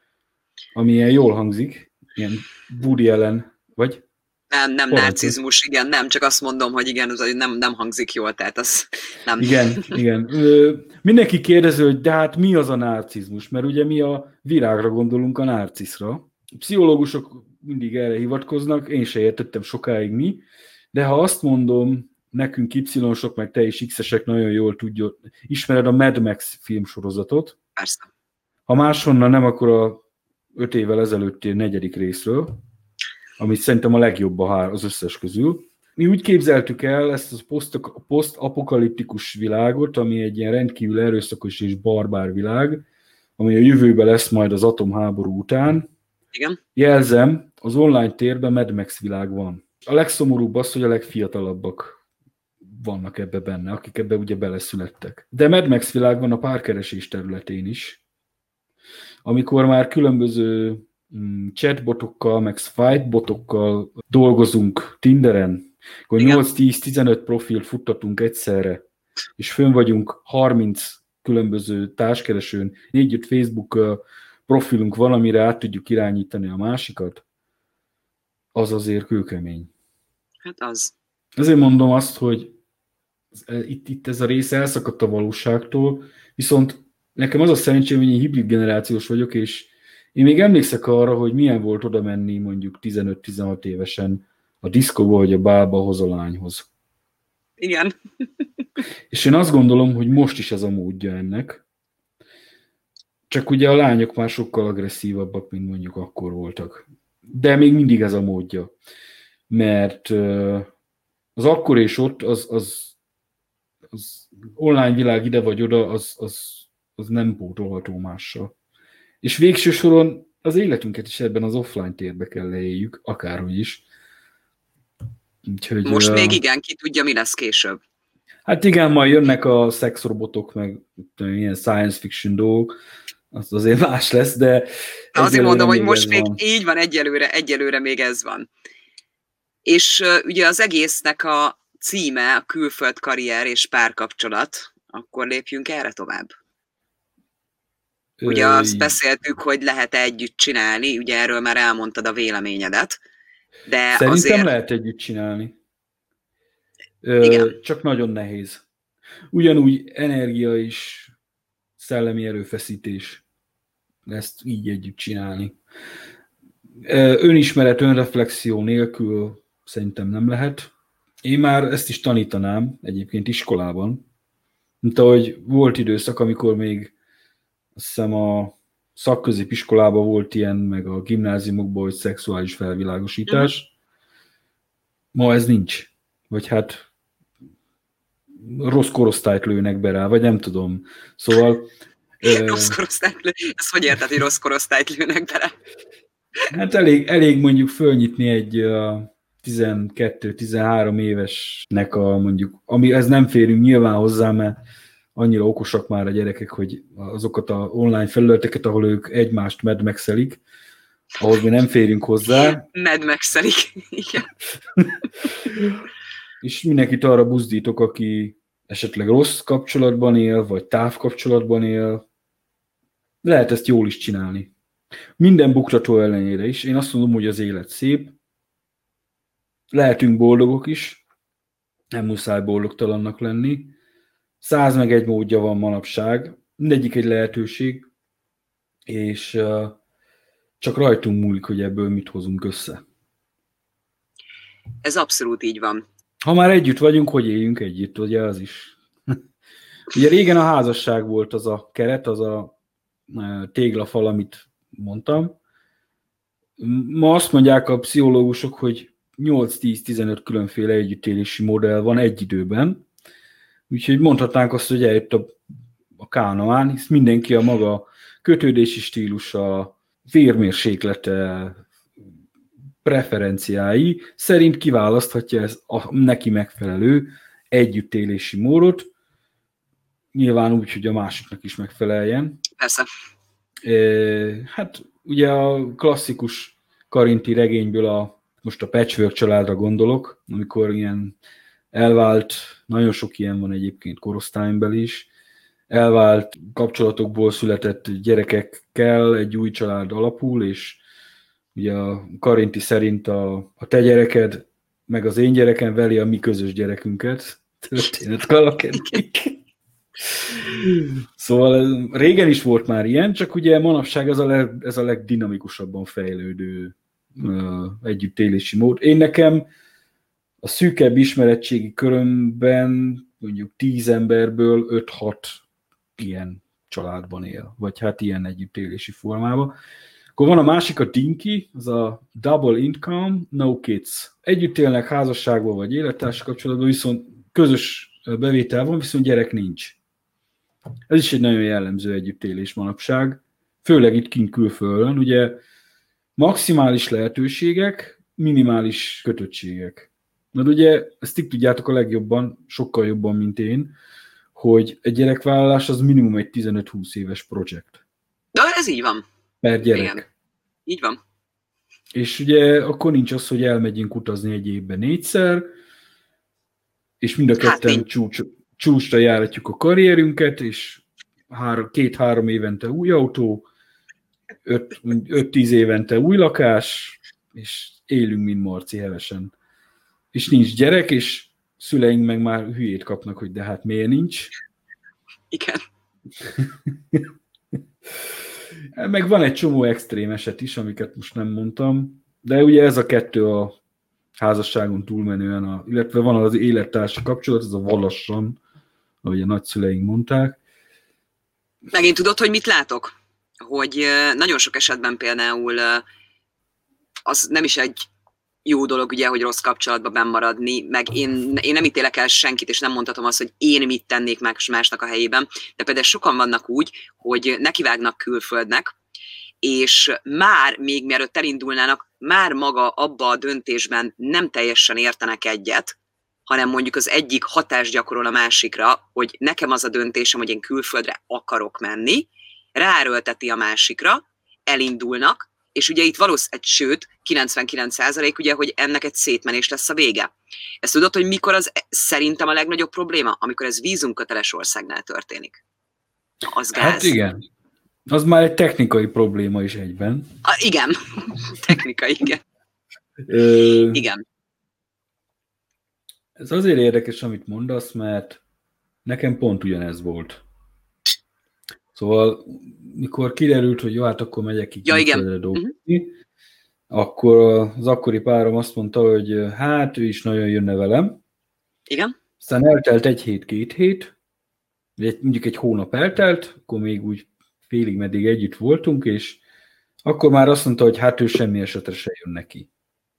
ami ilyen jól hangzik, ilyen Woody Allen, vagy? Nem narcizmus, igen, nem, csak azt mondom, hogy igen, az nem hangzik jól, tehát az nem. Igen. Mindenki kérdezi, hogy de hát mi az a narcizmus, mert ugye mi a virágra gondolunk, a narciszra. A pszichológusok mindig erre hivatkoznak, én se értettem sokáig mi, de ha azt mondom, nekünk Y-sok, meg te is X-esek nagyon jól tudjuk, ismered a Mad Max filmsorozatot. Persze. Ha máshonnan nem, akkor a 5 évvel ezelőtti 4. részről, ami szerintem a legjobb az összes közül. Mi úgy képzeltük el ezt a posztapokaliptikus világot, ami egy ilyen rendkívül erőszakos és barbár világ, ami a jövőben lesz majd az atomháború után. Igen. Jelzem, az online térben Mad Max világ van. A legszomorúbb az, hogy a legfiatalabbak vannak ebbe benne, akik ebbe ugye beleszülettek. De Mad Max világ van a párkeresés területén is, amikor már különböző chatbotokkal, meg Skype-botokkal dolgozunk Tinderen, akkor 8-10-15 profilt futtatunk egyszerre, és fönn vagyunk 30 különböző társkeresőn, 4-5 Facebook profilunk van, amire át tudjuk irányítani a másikat, az azért kőkemény. Hát az. Ezért mondom azt, hogy itt ez a rész elszakadt a valóságtól, viszont nekem az a szerencsém, hogy én hibrid generációs vagyok, és én még emlékszek arra, hogy milyen volt oda menni mondjuk 15-16 évesen a diszkóba vagy a bálba hoz a lányhoz. Igen. És én azt gondolom, hogy most is ez a módja ennek. Csak ugye a lányok már sokkal agresszívabbak, mint mondjuk akkor voltak. De még mindig ez a módja. Mert az akkor és ott az online világ ide vagy oda, az nem pótolható mással. És végső soron az életünket is ebben az offline térbe kell leéljük, akárhogy is. Úgyhogy, most még igen, ki tudja, mi lesz később. Hát igen, majd jönnek a szexrobotok, meg ilyen science fiction dolgok, az azért más lesz, de azért mondom, hogy most még így van, egyelőre még ez van. És ugye az egésznek a címe a külföld, karrier és párkapcsolat, akkor lépjünk erre tovább. Ugye azt beszéltük, hogy lehet-e együtt csinálni, ugye erről már elmondtad a véleményedet, de Szerintem azért, lehet együtt csinálni. igen. Csak nagyon nehéz. Ugyanúgy energia és szellemi erőfeszítés ezt így együtt csinálni. Önismeret, önreflexió nélkül szerintem nem lehet. Én már ezt is tanítanám egyébként iskolában. Mint ahogy volt időszak, amikor még azt hiszem a szakközépiskolában volt ilyen, meg a gimnáziumokban, hogy szexuális Uh-huh. felvilágosítás. Ma ez nincs. Vagy hát rossz korosztályt lőnek be rá, vagy nem tudom. Szóval Rossz korosztályt ezt hogy érted, hogy rossz korosztályt lőnek bele? hát elég mondjuk fölnyitni egy 12-13 évesnek a mondjuk, ami ez nem férünk nyilván hozzá, mert annyira okosak már a gyerekek, hogy azokat a online felületeket, ahol ők egymást medmexelik, ahhoz mi nem férünk hozzá. Medmexelik. Igen. És mindenkit arra buzdítok, aki esetleg rossz kapcsolatban él, vagy távkapcsolatban él, lehet ezt jól is csinálni. Minden buktató ellenére is. Én azt mondom, hogy az élet szép. Lehetünk boldogok is. Nem muszáj boldogtalannak lenni. 100 meg egy módja van manapság. Mindegyik egy lehetőség. És csak rajtunk múlik, hogy ebből mit hozunk össze. Ez abszolút így van. Ha már együtt vagyunk, hogy éljünk együtt, ugye az is. Ugye régen a házasság volt az a keret, az a téglafal, amit mondtam. Ma azt mondják a pszichológusok, hogy 8-10-15 különféle együttélési modell van egy időben. Úgyhogy mondhatnánk azt, hogy eljött a Kánaán, hisz mindenki a maga kötődési stílusa, vérmérséklete, preferenciái szerint kiválaszthatja ez a neki megfelelő együttélési módot, nyilván úgy, hogy a másiknak is megfeleljen. Persze. Hát ugye a klasszikus Karinti regényből most a Patchwork családra gondolok, amikor ilyen elvált, nagyon sok ilyen van egyébként korosztálybeli is, elvált kapcsolatokból született gyerekekkel egy új család alapul, és ugye a Karinti szerint a te gyereked, meg az én gyerekem veli a mi közös gyerekünket. Történet kalakedik. Szóval régen is volt már ilyen, csak ugye manapság ez a legdinamikusabban fejlődő együttélési mód. Én nekem a szűkebb ismeretségi körömben mondjuk 10 emberből 5-6 ilyen családban él, vagy hát ilyen együttélési formában. Akkor van a másik, a Dinky, az a Double Income, No Kids. Együtt élnek házasságban vagy élettársi kapcsolatban, viszont közös bevétel van, viszont gyerek nincs. Ez is egy nagyon jellemző együttélés manapság, főleg itt kint külföldön, ugye maximális lehetőségek, minimális kötöttségek. Mert ugye ezt ti tudjátok a legjobban, sokkal jobban, mint én, hogy egy gyerekvállalás az minimum egy 15-20 éves projekt. De ez így van. Per gyerek. Igen. Így van. És ugye akkor nincs az, hogy elmegyünk utazni egy évben 4-szer, és mind a ketten csúcsra járatjuk a karrierünket, és 2-3 évente új autó, 5-10 évente új lakás, és élünk, mint Marci hevesen. És nincs gyerek, és szüleink meg már hülyét kapnak, hogy de hát miért nincs. Igen. Meg van egy csomó extrém eset is, amiket most nem mondtam, de ugye ez a kettő a házasságon túlmenően, illetve van az élettársi kapcsolat, ez a valassan, ahogy a nagyszüleink mondták. Megint tudod, hogy mit látok? Hogy nagyon sok esetben például az nem is egy jó dolog, ugye, hogy rossz kapcsolatban bennmaradni, meg én nem ítélek el senkit, és nem mondhatom azt, hogy én mit tennék másnak a helyében, de például sokan vannak úgy, hogy nekivágnak külföldnek, és már, még mielőtt elindulnának, már maga abba a döntésben nem teljesen értenek egyet, hanem mondjuk az egyik hatást gyakorol a másikra, hogy nekem az a döntésem, hogy én külföldre akarok menni, ráerőlteti a másikra, elindulnak, és ugye itt sőt, 99% ugye, hogy ennek egy szétmenés lesz a vége. Ezt tudod, hogy mikor az szerintem a legnagyobb probléma? Amikor ez vízumköteles országnál történik. Az gáz. Hát igen. Az már egy technikai probléma is egyben. Igen, technikai, igen. Igen. Ez azért érdekes, amit mondasz, mert nekem pont ugyanez volt. Szóval, mikor kiderült, hogy jó, hát akkor megyek ki külföldre dolgozni, akkor az akkori párom azt mondta, hogy hát ő is nagyon jönne velem. Igen. Aztán eltelt egy hét, 2 hét, mondjuk egy hónap eltelt, akkor még úgy félig meddig együtt voltunk, és akkor már azt mondta, hogy hát ő semmi esetre se jön neki.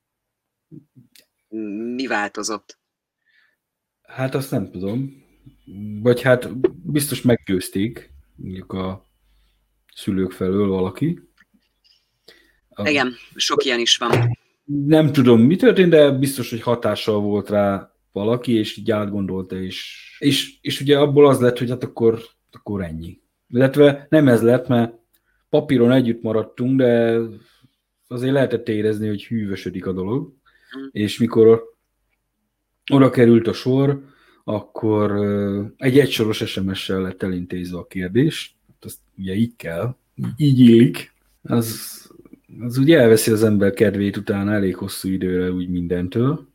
Mi változott? Hát azt nem tudom. Vagy hát biztos meggyőzték, mondjuk a szülők felől valaki. Igen, sok ilyen is van. Nem tudom, mi történt, de biztos, hogy hatással volt rá valaki, és így átgondolta, és ugye abból az lett, hogy hát akkor ennyi. Illetve nem ez lett, mert papíron együtt maradtunk, de azért lehetett érezni, hogy hűvösödik a dolog, és mikor oda került a sor, akkor egy egysoros SMS-sel lett elintézve a kérdés. Azt ugye így kell, így illik. Az ugye elveszi az ember kedvét utána elég hosszú időre úgy mindentől.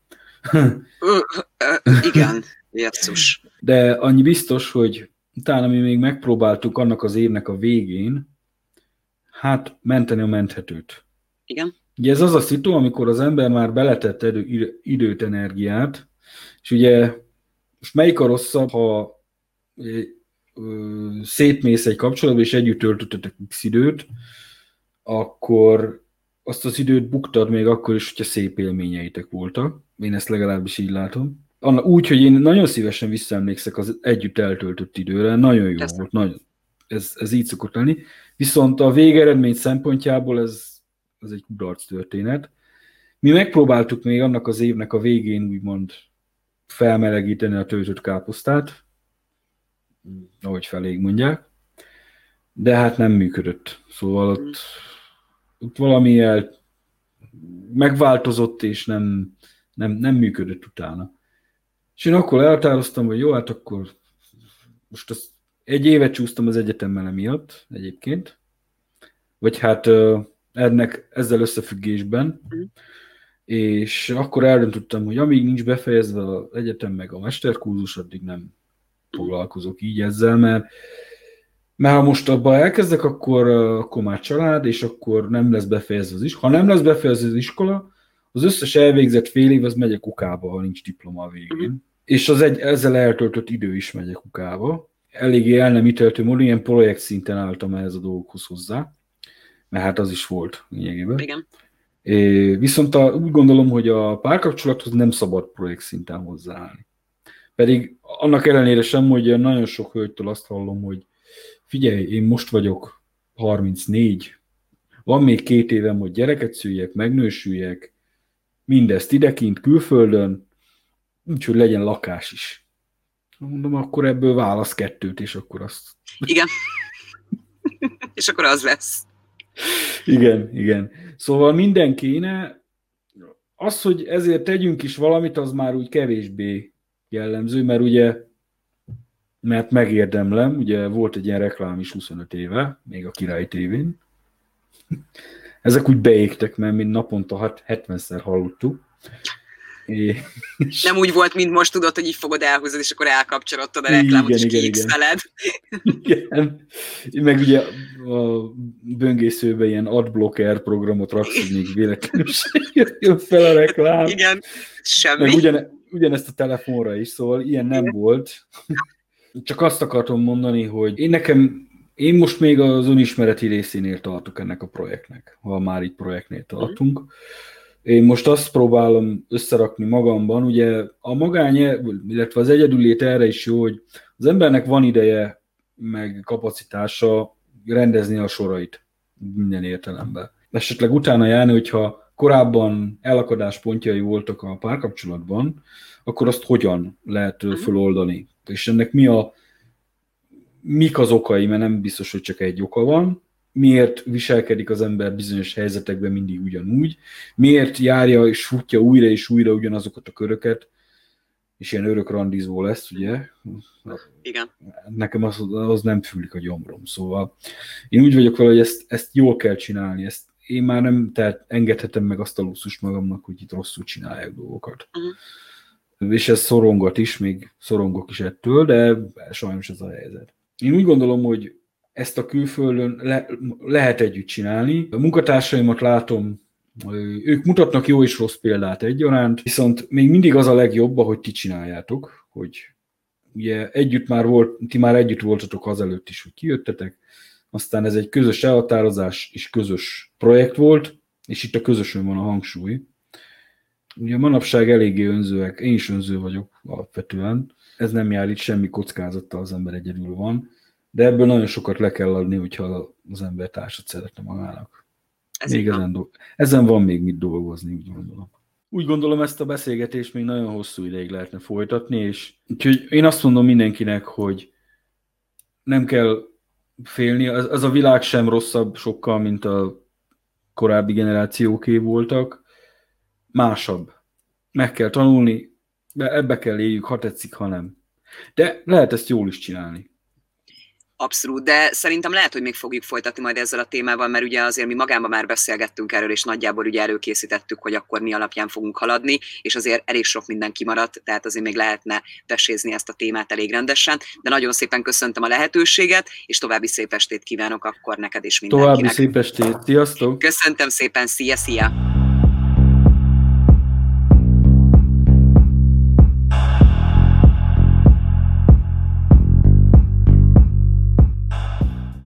Igen, jesszus. De annyi biztos, hogy utána mi még megpróbáltuk annak az évnek a végén, hát menteni a menthetőt. Igen. Ugye ez az a szitu, amikor az ember már beletett időt, energiát, és ugye most melyik a rosszabb, ha szétmész egy kapcsolatba, és együtt töltöttetek x időt, akkor azt az időt buktad még akkor is, hogyha szép élményeitek voltak. Én ezt legalábbis így látom. Úgy, hogy én nagyon szívesen visszaemlékszek az együtt eltöltött időre, nagyon jó Persze. volt, nagyon. Ez így szokott lenni. Viszont a végeredmény szempontjából ez egy kudarc történet. Mi megpróbáltuk még annak az évnek a végén úgymond felmelegíteni a töltött káposztát, ahogy feléig mondják, de hát nem működött. Szóval ott valami megváltozott, és nem működött utána. És én akkor elhatároztam, hogy jó, hát akkor most egy évet csúsztam az egyetemmel emiatt egyébként, vagy hát ezzel összefüggésben, és akkor eldöntöttem, hogy amíg nincs befejezve az egyetem meg a mesterkurzus, addig nem foglalkozok így ezzel, mert ha most abban elkezdek, akkor már család, és akkor nem lesz befejezve az iskola. Ha nem lesz befejezve az iskola, az összes elvégzett fél év az megy a kukába, ha nincs diploma a végén. És ezzel eltöltött idő is megy a kukába. Eléggé el nem ítéltő módon, ilyen projekt szinten álltam ehhez a dolgokhoz hozzá, mert hát az is volt lényegében. Igen. Viszont úgy gondolom, hogy a párkapcsolathoz nem szabad projekt szinten hozzáállni. Pedig annak ellenére sem, hogy nagyon sok hölgytől azt hallom, hogy figyelj, én most vagyok 34, van még 2 évem, hogy gyereket szüljek, megnősüljek, mindezt idekint, külföldön, úgyhogy legyen lakás is. Mondom, akkor ebből válasz 2, és akkor azt... Igen. És akkor az lesz. Igen. Szóval minden kéne. Az, hogy ezért tegyünk is valamit, az már úgy kevésbé jellemző, mert megérdemlem, ugye volt egy ilyen reklám is 25 éve, még a Király tévén. Ezek úgy beégtek, mert mi naponta 70-szer hallottuk. Nem úgy volt, mint most tudod, hogy így fogod elhúzni, és akkor elkapcsolódtad a reklámot, és kiixeled. Igen. Meg ugye a böngészőben ilyen adblocker programot raksz, hogy még véletlenül jön fel a reklám. Igen, semmi. Meg ugyanezt a telefonra is, szóval ilyen nem volt. Csak azt akartam mondani, hogy én most még az önismereti részénél tartok ennek a projektnek, ha már itt projektnél tartunk. Én most azt próbálom összerakni magamban, ugye a illetve az egyedüllét erre is jó, hogy az embernek van ideje, meg kapacitása rendezni a sorait minden értelemben. Esetleg utána járni, hogyha korábban elakadás pontjai voltak a párkapcsolatban, akkor azt hogyan lehet feloldani. És ennek mik az okai, mert nem biztos, hogy csak egy oka van. Miért viselkedik az ember bizonyos helyzetekben mindig ugyanúgy, miért járja és futja újra és újra ugyanazokat a köröket, és ilyen örök randizó lesz, ugye? Igen. Nekem az nem fűlik a gyomrom, szóval én úgy vagyok vele, hogy ezt jól kell csinálni, én már nem engedhetem meg azt a luxust magamnak, hogy itt rosszul csinálják dolgokat. És ez szorongat is, még szorongok is ettől, de sajnos ez a helyzet. Én úgy gondolom, hogy ezt a külföldön lehet együtt csinálni. A munkatársaimat látom, ők mutatnak jó és rossz példát egyaránt, viszont még mindig az a legjobb, ahogy ti csináljátok, hogy ugye ti már együtt voltatok azelőtt is, hogy kijöttetek, aztán ez egy közös elhatározás és közös projekt volt, és itt a közösön van a hangsúly. Ugye manapság eléggé önzőek, én is önző vagyok alapvetően, ez nem jár itt semmi kockázattal, az ember egyedül van, de ebből nagyon sokat le kell adni, hogyha az ember társat szeretne magának. Még ezen van még mit dolgozni, úgy gondolom. Úgy gondolom, ezt a beszélgetést még nagyon hosszú ideig lehetne folytatni, és úgyhogy én azt mondom mindenkinek, hogy nem kell félni, az a világ sem rosszabb sokkal, mint a korábbi generációké voltak, másabb. Meg kell tanulni, de ebbe kell éljük, ha tetszik, ha nem. De lehet ezt jól is csinálni. Abszolút, de szerintem lehet, hogy még fogjuk folytatni majd ezzel a témával, mert ugye azért mi magában már beszélgettünk erről, és nagyjából ugye előkészítettük, hogy akkor mi alapján fogunk haladni, és azért elég sok minden kimaradt, tehát azért még lehetne vesézni ezt a témát elég rendesen, de nagyon szépen köszöntöm a lehetőséget, és további szép estét kívánok akkor neked is mindenkinek. További szép estét, sziasztok! Köszöntöm szépen, szia!